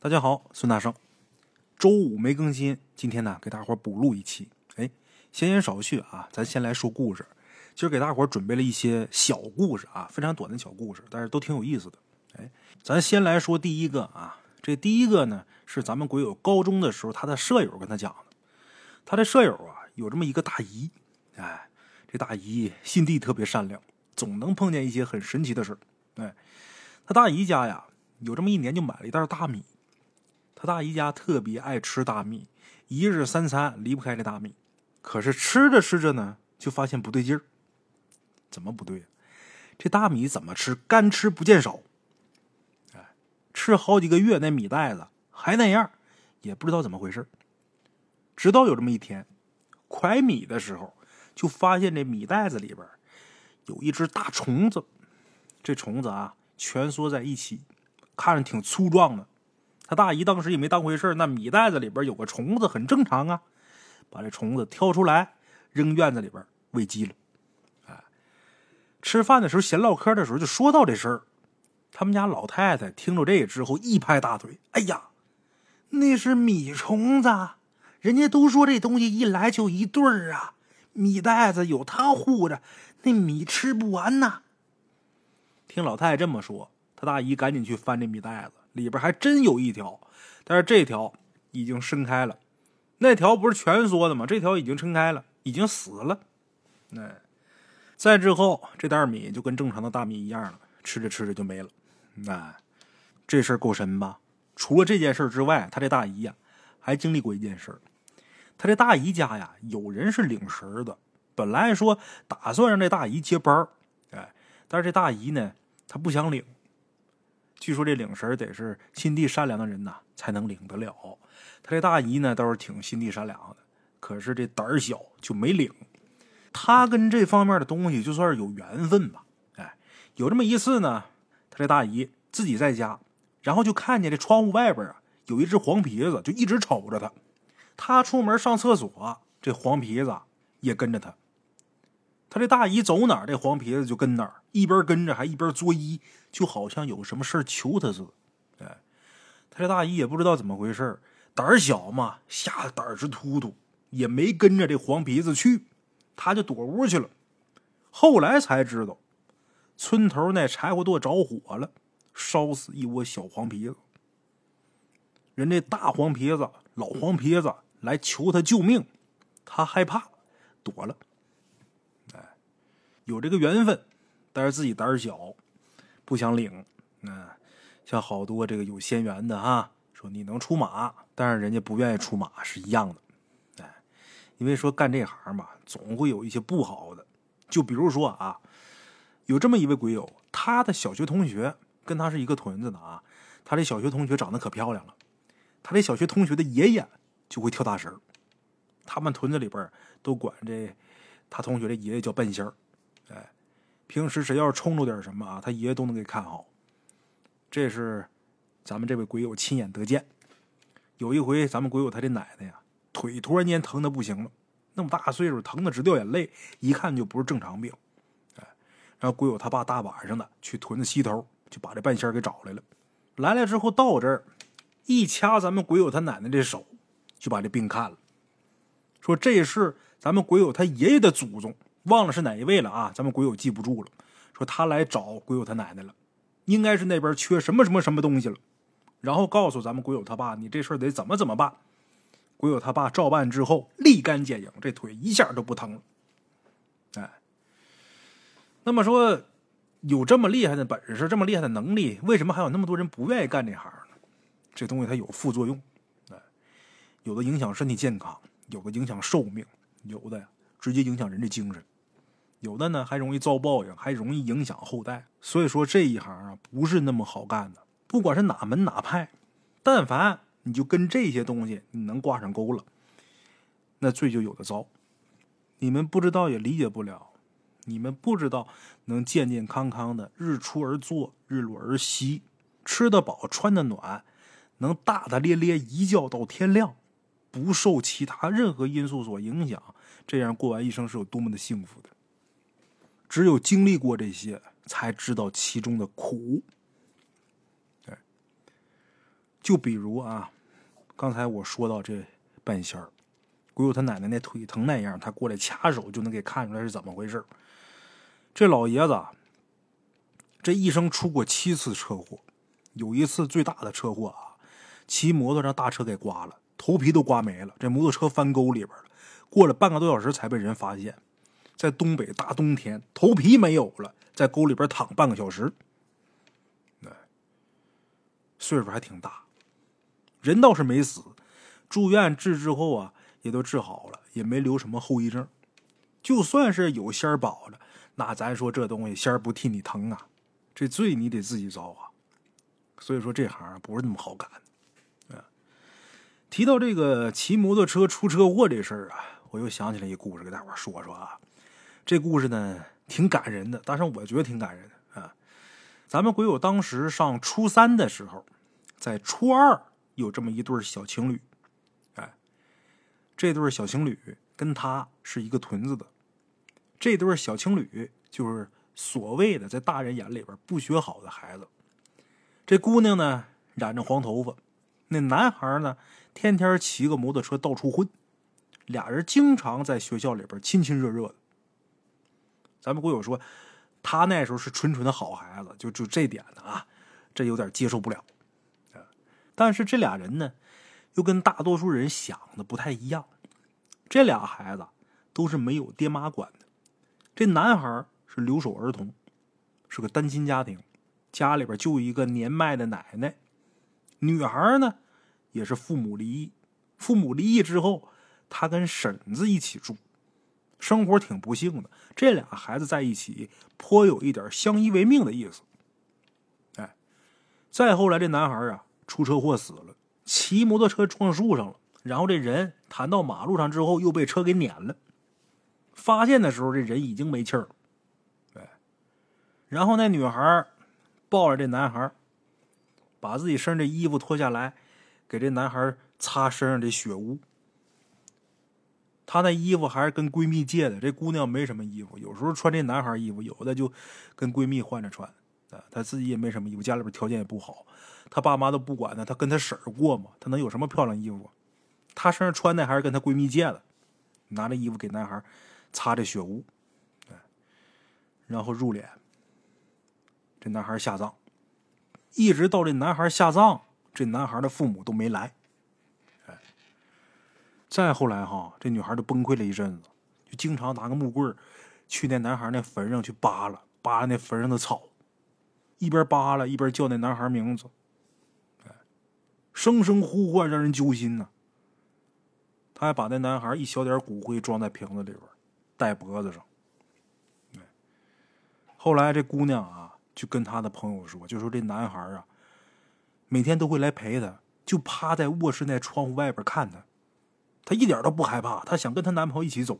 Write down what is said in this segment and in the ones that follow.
大家好，孙大圣。周五没更新，今天呢给大伙补录一期。闲言少叙啊，咱先来说故事。今儿给大伙准备了一些小故事啊，非常短的小故事，但是都挺有意思的。咱先来说第一个啊，这第一个呢是咱们鬼友高中的时候他的舍友跟他讲的。他的舍友啊有这么一个大姨，这大姨心地特别善良，总能碰见一些很神奇的事。他大姨家呀有这么一年就买了一袋大米。他大姨家特别爱吃大米，一日三餐离不开这大米。可是吃着吃着呢，就发现不对劲儿。怎么不对？这大米怎么吃，干吃不见少。吃好几个月，那米袋子还那样，也不知道怎么回事。直到有这么一天，蒯米的时候，就发现这米袋子里边有一只大虫子。这虫子啊，蜷缩在一起，看着挺粗壮的。他大姨当时也没当回事，那米袋子里边有个虫子很正常啊，把这虫子挑出来扔院子里边喂鸡了。吃饭的时候闲唠嗑的时候就说到这事儿，他们家老太太听着这之后一拍大腿，哎呀，那是米虫子，人家都说这东西一来就一对儿啊，米袋子有它护着，那米吃不完呐。听老太太这么说，他大姨赶紧去翻这米袋子，里边还真有一条，但是这条已经伸开了，那条不是蜷缩的吗？这条已经撑开了，已经死了。再之后这袋米就跟正常的大米一样了，吃着吃着就没了。这事儿够神吧？除了这件事之外，他这大姨呀还经历过一件事。他这大姨家呀有人是领食的，本来说打算让这大姨接班，但是这大姨呢她不想领。据说这领食得是心地善良的人呐才能领得了。他这大姨呢倒是挺心地善良的，可是这胆儿小就没领。他跟这方面的东西就算是有缘分吧。有这么一次呢，他这大姨自己在家，然后就看见这窗户外边啊有一只黄皮子，就一直瞅着他。他出门上厕所，这黄皮子也跟着他。他这大姨走哪儿，这黄皮子就跟哪儿，一边跟着还一边作揖，就好像有什么事求他似的。他这大姨也不知道怎么回事，胆儿小嘛，吓得胆儿直突突，也没跟着这黄皮子去，他就躲屋去了。后来才知道，村头那柴火垛着火了，烧死一窝小黄皮子。人这大黄皮子、老黄皮子来求他救命，他害怕，躲了。有这个缘分，但是自己胆儿小，不想领。像好多这个有仙缘的哈，说你能出马，但是人家不愿意出马是一样的。因为说干这行吧，总会有一些不好的。就比如说啊，有这么一位鬼友，他的小学同学跟他是一个屯子的啊，他这小学同学长得可漂亮了，他这小学同学的爷爷就会跳大神，他们屯子里边都管这他同学的爷爷叫半仙儿。平时谁要是冲着点什么啊，他爷爷都能给看好。这是咱们这位鬼友亲眼得见。有一回咱们鬼友他这奶奶呀，腿突然间疼得不行了，那么大岁数疼得直掉眼泪，一看就不是正常病。然后鬼友他爸大晚上的去屯子西头，就把这半仙给找来了。来了之后到这儿一掐咱们鬼友他奶奶这手，就把这病看了，说这是咱们鬼友他爷爷的祖宗，忘了是哪一位了啊，咱们鬼友记不住了。说他来找鬼友他奶奶了，应该是那边缺什么什么什么东西了，然后告诉咱们鬼友他爸，你这事儿得怎么怎么办。鬼友他爸照办之后立竿见影，这腿一下就不疼了。那么说有这么厉害的本事，这么厉害的能力，为什么还有那么多人不愿意干这行呢？这东西它有副作用，有的影响身体健康，有的影响寿命，有的呀直接影响人的精神，有的呢还容易遭报应，还容易影响后代。所以说这一行啊不是那么好干的，不管是哪门哪派，但凡你就跟这些东西你能挂上钩了，那罪就有的遭。你们不知道也理解不了，你们不知道能健健康康的日出而作，日落而息，吃得饱穿得暖，能大大咧咧一觉到天亮，不受其他任何因素所影响，这样过完一生是有多么的幸福的。只有经历过这些才知道其中的苦。 就比如啊，刚才我说到这半仙儿，鬼友他奶奶那腿疼那样，他过来掐手就能给看出来是怎么回事。这老爷子这一生出过7次车祸，有一次最大的车祸啊，骑摩托让大车给刮了，头皮都刮没了，这摩托车翻沟里边了，过了半个多小时才被人发现。在东北大冬天，头皮没有了，在沟里边躺半个小时。岁数还挺大，人倒是没死，住院治之后啊，也都治好了，也没留什么后遗症。就算是有仙儿保了，那咱说这东西仙儿不替你疼啊，这罪你得自己遭啊。所以说这行不是那么好干的。提到这个骑摩托车出车祸这事儿啊，我又想起来一个故事给大伙说说啊。这故事呢挺感人的，当然我觉得挺感人的啊。咱们鬼友当时上初3的时候，在初2有这么一对小情侣，这对小情侣跟他是一个屯子的。这对小情侣就是所谓的在大人眼里边不学好的孩子。这姑娘呢染着黄头发，那男孩呢天天骑个摩托车到处混，俩人经常在学校里边亲亲热热的。咱们鬼友说他那时候是纯纯的好孩子，就这点呢啊，这有点接受不了。但是这俩人呢又跟大多数人想的不太一样，这俩孩子都是没有爹妈管的。这男孩是留守儿童，是个单亲家庭，家里边就一个年迈的奶奶。女孩呢也是父母离异，父母离异之后她跟婶子一起住，生活挺不幸的。这俩孩子在一起颇有一点相依为命的意思。再后来这男孩啊出车祸死了，骑摩托车撞树上了，然后这人弹到马路上之后又被车给碾了。发现的时候这人已经没气儿了。然后那女孩抱着这男孩，把自己身上的衣服脱下来给这男孩擦身上的血污。她那衣服还是跟闺蜜借的，这姑娘没什么衣服，有时候穿这男孩衣服，有的就跟闺蜜换着穿。她自己也没什么衣服，家里边条件也不好，她爸妈都不管她，她跟她婶儿过嘛，她能有什么漂亮衣服？她身上穿的还是跟她闺蜜借的，拿着衣服给男孩擦这血污，然后入殓。这男孩下葬，一直到这男孩下葬，这男孩的父母都没来。再后来哈，这女孩就崩溃了一阵子，就经常拿个木棍去那男孩那坟上去扒拉那坟上的草，一边扒拉一边叫那男孩名字，声声呼唤让人揪心呐。他还把那男孩一小点骨灰装在瓶子里边，戴脖子上。后来这姑娘啊，就跟她的朋友说，就说这男孩啊，每天都会来陪她，就趴在卧室那窗户外边看她，她一点都不害怕，她想跟她男朋友一起走。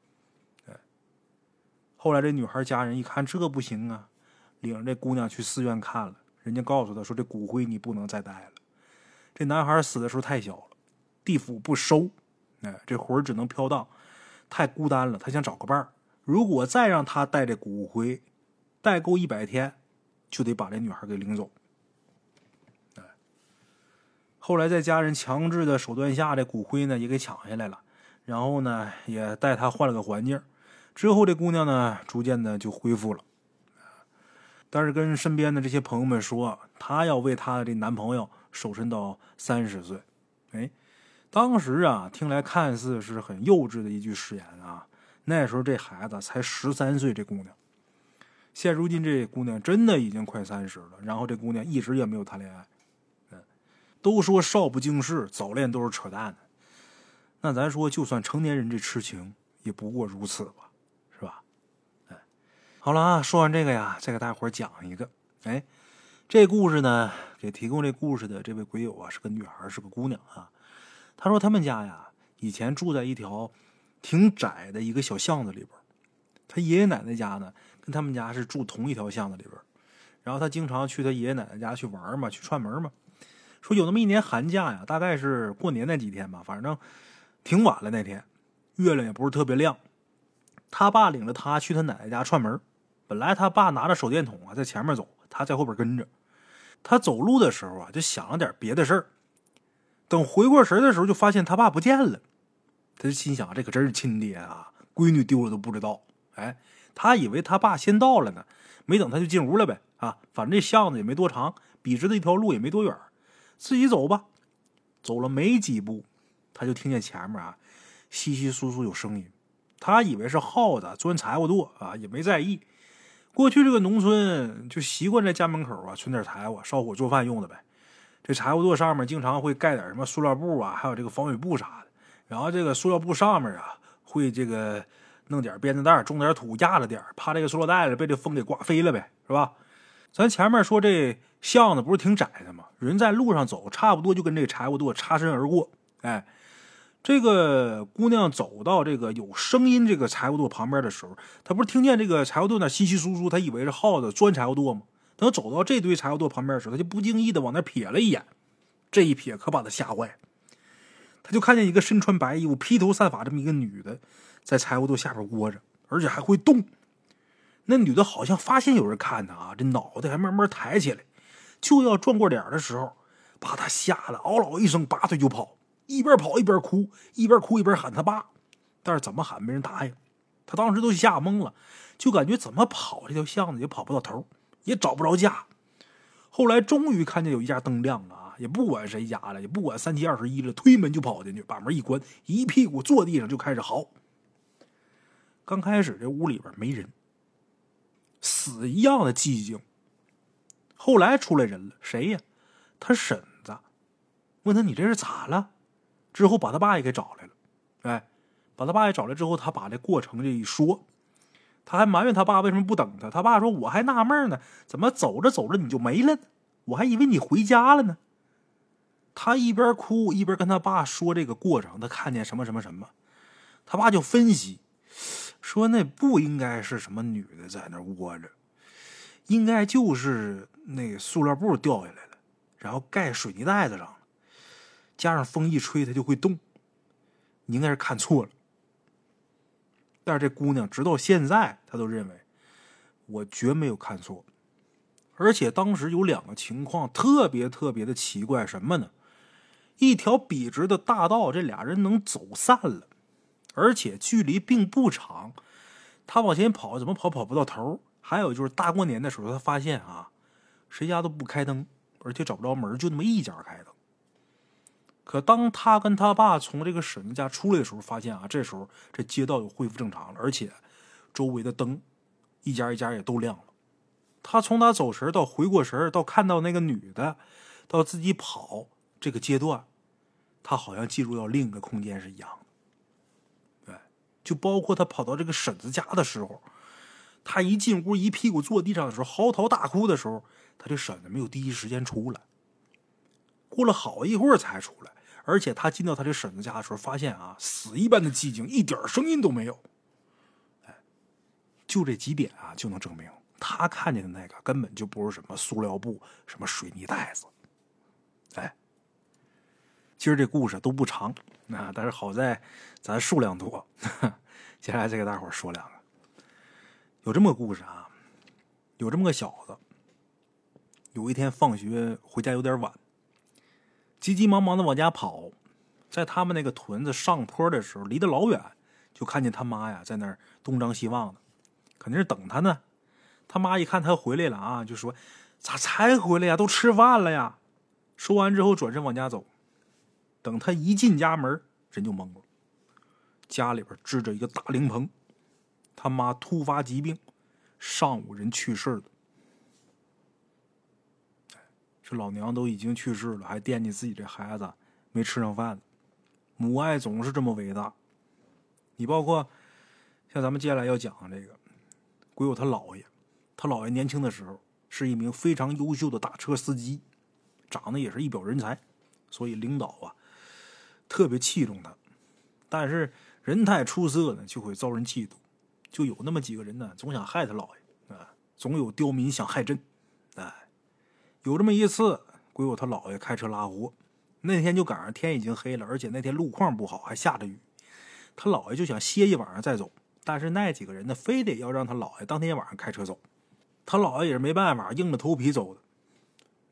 后来这女孩家人一看这不行啊，领着这姑娘去寺院看了，人家告诉她说这骨灰你不能再带了，这男孩死的时候太小了，地府不收，这魂只能飘荡，太孤单了，他想找个伴儿。如果再让他带这骨灰，带够100天，就得把这女孩给领走。后来在家人强制的手段下，这骨灰呢也给抢下来了，然后呢也带她换了个环境。之后这姑娘呢逐渐的就恢复了，但是跟身边的这些朋友们说，她要为她的这男朋友守身到30岁。当时啊听来看似是很幼稚的一句誓言啊，那时候这孩子才13岁，这姑娘现如今这姑娘真的已经快30了，然后这姑娘一直也没有谈恋爱。都说少不经事，早恋都是扯淡的。那咱说，就算成年人这痴情，也不过如此吧，是吧？好了啊，说完这个呀，再给大伙讲一个。这故事呢，给提供这故事的这位鬼友啊，是个女孩，是个姑娘啊。她说他们家呀，以前住在一条挺窄的一个小巷子里边。她爷爷奶奶家呢，跟他们家是住同一条巷子里边。然后她经常去她爷爷奶奶家去玩嘛，去串门嘛。说有那么一年寒假呀，大概是过年那几天吧，反正挺晚了那天，月亮也不是特别亮。他爸领着他去他奶奶家串门，本来他爸拿着手电筒啊在前面走，他在后边跟着。 他走路的时候啊，就想了点别的事儿。等回过神的时候，就发现他爸不见了。他就心想，这可真是亲爹啊，闺女丢了都不知道。哎，他以为他爸先到了呢，没等他就进屋了呗。啊，反正这巷子也没多长，笔直的一条路也没多远，自己走吧。走了没几步，他就听见前面啊，稀稀疏疏有声音。他以为是耗子钻柴火垛啊，也没在意。过去这个农村就习惯在家门口啊存点柴火，烧火做饭用的呗。这柴火垛上面经常会盖点什么塑料布啊，还有这个防水布啥的。然后这个塑料布上面啊，会这个弄点编织袋，种点土压着点，怕这个塑料袋子被这风给刮飞了呗，是吧？咱前面说这巷子不是挺窄的吗？人在路上走，差不多就跟这个柴火垛擦身而过。哎，这个姑娘走到这个有声音这个柴火垛旁边的时候，她不是听见这个柴火垛那稀稀疏疏，她以为是耗子钻柴火垛吗？等走到这堆柴火垛旁边的时候，她就不经意的往那瞥了一眼，这一瞥可把她吓坏。她就看见一个身穿白衣服、披头散发这么一个女的，在柴火垛下边窝着，而且还会动。那女的好像发现有人看她啊，这脑袋还慢慢抬起来，就要转过脸的时候，把她吓得嗷嗷一声，拔腿就跑，一边跑一边哭，一边哭一边喊她爸，但是怎么喊没人答应。她当时都吓懵了，就感觉怎么跑这条巷子也跑不到头，也找不着家。后来终于看见有一家灯亮了啊，也不管谁家了，也不管3七21了，推门就跑进去，把门一关，一屁股坐地上就开始嚎。刚开始这屋里边没人，死一样的寂静。后来出来人了，谁呀？他婶子。问他你这是咋了？之后把他爸也给找来了。哎，把他爸也找来之后，他把这过程这一说，他还埋怨他爸为什么不等他。他爸说：“我还纳闷呢，怎么走着走着你就没了呢？我还以为你回家了呢。”他一边哭一边跟他爸说这个过程，他看见什么什么什么。他爸就分析说，那不应该是什么女的在那窝着，应该就是那个塑料布掉下来了，然后盖水泥袋子上了，加上风一吹它就会动。你应该是看错了。但是这姑娘直到现在她都认为我绝没有看错。而且当时有2个情况特别的奇怪，什么呢？一条笔直的大道，这俩人能走散了，而且距离并不长，他往前跑怎么跑不到头。还有就是大过年的时候，他发现啊，谁家都不开灯，而且找不着门，就那么一家开灯。可当他跟他爸从这个婶子家出来的时候，发现啊，这时候这街道又恢复正常了，而且周围的灯一家一家也都亮了。他从他走神到回过神到看到那个女的，到自己跑这个阶段，他好像进入到另一个空间是一样的。对，就包括他跑到这个婶子家的时候，他一进屋一屁股坐地上的时候，嚎啕大哭的时候，他这婶子没有第一时间出来，过了好一会儿才出来。而且他进到他这婶子家的时候，发现啊，死一般的寂静，一点声音都没有。哎，就这几点啊，就能证明他看见的那个根本就不是什么塑料布、什么水泥袋子。哎，今儿这故事都不长啊，但是好在咱数量多。接下来再给大伙说2个。有这么个故事啊，有这么个小子，有一天放学回家有点晚，急急忙忙的往家跑，在他们那个屯子上坡的时候，离得老远，就看见他妈呀在那儿东张西望的，肯定是等他呢。他妈一看他回来了啊，就说：“咋才回来呀？都吃饭了呀！”说完之后转身往家走。等他一进家门，人就懵了。家里边支着一个大灵棚，他妈突发疾病，上午人去世了。这老娘都已经去世了，还惦记自己这孩子没吃上饭。母爱总是这么伟大。你包括像咱们接下来要讲这个鬼友他姥爷，他姥爷年轻的时候是一名非常优秀的大车司机，长得也是一表人才，所以领导啊特别器重他。但是人太出色呢，就会遭人嫉妒，就有那么几个人呢，总想害他姥爷啊，总有刁民想害朕。哎，有这么一次，鬼友他姥爷开车拉货，那天就赶上天已经黑了，而且那天路况不好，还下着雨。他姥爷就想歇一晚上再走，但是那几个人呢，非得要让他姥爷当天晚上开车走。他姥爷也是没办法，硬着头皮走的。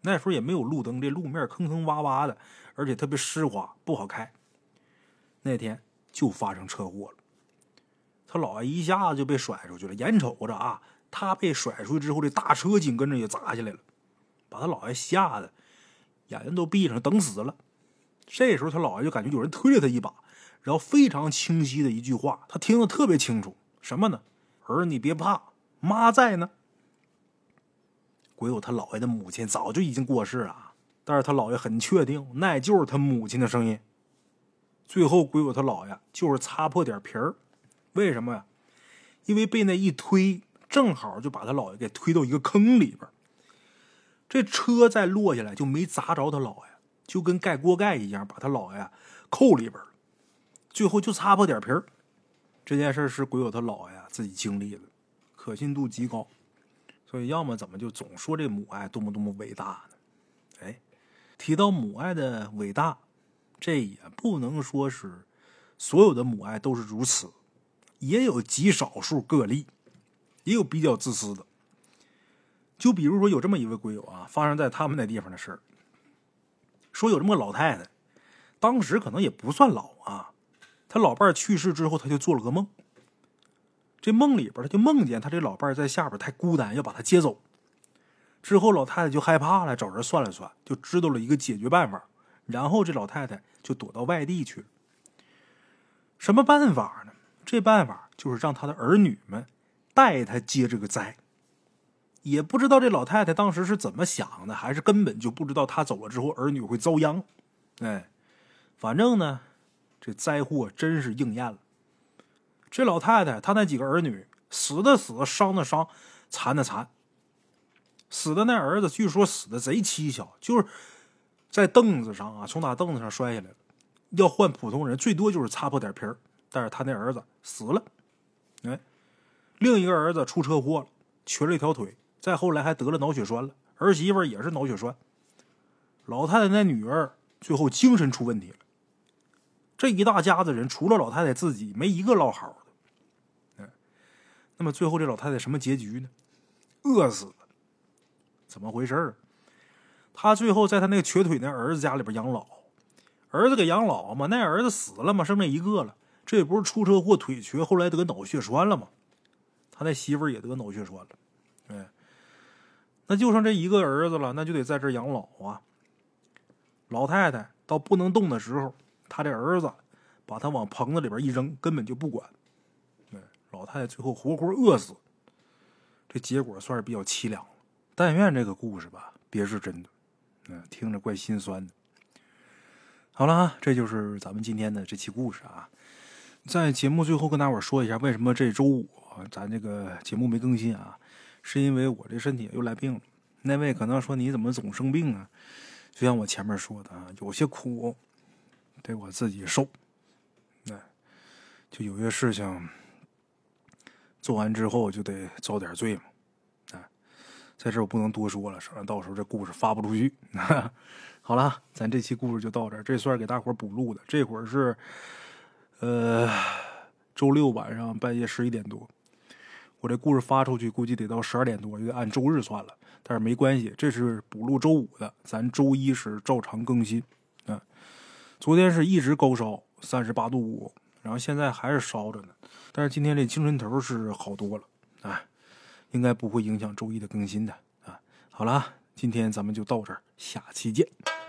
那时候也没有路灯，这路面坑坑洼洼的，而且特别湿滑，不好开。那天就发生车祸了，他姥爷一下子就被甩出去了。眼瞅着啊，他被甩出去之后，这大车紧跟着也砸下来了，把他姥爷吓得眼睛都闭上，等死了。这时候他姥爷就感觉有人推了他一把，然后非常清晰的一句话，他听得特别清楚，什么呢？儿，你别怕，妈在呢。鬼友他姥爷的母亲早就已经过世了，但是他姥爷很确定那就是他母亲的声音。最后鬼友他姥爷就是擦破点皮儿，为什么呀？因为被那一推，正好就把他姥爷给推到一个坑里边。这车再落下来就没砸着他姥爷，就跟盖锅盖一样，把他姥爷扣里边了。最后就擦破点皮儿。这件事是鬼友他姥爷自己经历的，可信度极高。所以要么怎么就总说这母爱多么多么伟大呢？哎，提到母爱的伟大，这也不能说是所有的母爱都是如此，也有极少数个例，也有比较自私的。就比如说有这么一位鬼友啊，发生在他们那地方的事儿。说有这么个老太太，当时可能也不算老啊，她老伴儿去世之后，她就做了个梦。这梦里边，她就梦见她这老伴儿在下边太孤单，要把她接走。之后老太太就害怕了，找人算了算，就知道了一个解决办法。然后这老太太就躲到外地去了。什么办法呢？这办法就是让她的儿女们带她接这个灾。也不知道这老太太当时是怎么想的，还是根本就不知道她走了之后儿女会遭殃。反正呢，这灾祸真是应验了。这老太太她那几个儿女死的死，伤的伤，残的残。死的那儿子据说死的贼蹊跷，就是在凳子上啊，从打凳子上摔下来了。要换普通人最多就是擦破点皮儿，但是他那儿子死了。另一个儿子出车祸了，瘸了一条腿，再后来还得了脑血栓了，儿媳妇也是脑血栓。老太太那女儿最后精神出问题了。这一大家子人除了老太太自己没一个落好的。那么最后这老太太什么结局呢？饿死了。怎么回事？他最后在他那个瘸腿那儿子家里边养老，儿子给养老嘛，那儿子死了嘛，剩那一个了。这也不是出车祸腿瘸，后来得脑血栓了吗？他那媳妇儿也得脑血栓了。那就剩这一个儿子了，那就得在这养老啊。老太太到不能动的时候，他这儿子把他往棚子里边一扔，根本就不管。老太太最后活活饿死，这结果算是比较凄凉了。但愿这个故事吧，别是真的，听着怪心酸的。好了啊，这就是咱们今天的这期故事啊。在节目最后跟大伙儿说一下，为什么这周五咱这个节目没更新啊？是因为我这身体又来病了。那位可能说你怎么总生病啊？就像我前面说的啊，有些苦得我自己受。就有些事情做完之后就得遭点罪嘛。在这我不能多说了，省得到时候这故事发不出去。好了，咱这期故事就到这儿，这算是给大伙儿补录的。这会儿是周六晚上半夜11点多，我这故事发出去估计得到12点多，就得按周日算了。但是没关系，这是补录周五的，咱周一是照常更新。昨天是一直高烧38度5，然后现在还是烧着呢。但是今天这精神头是好多了应该不会影响周一的更新的啊。好了，今天咱们就到这儿，下期见。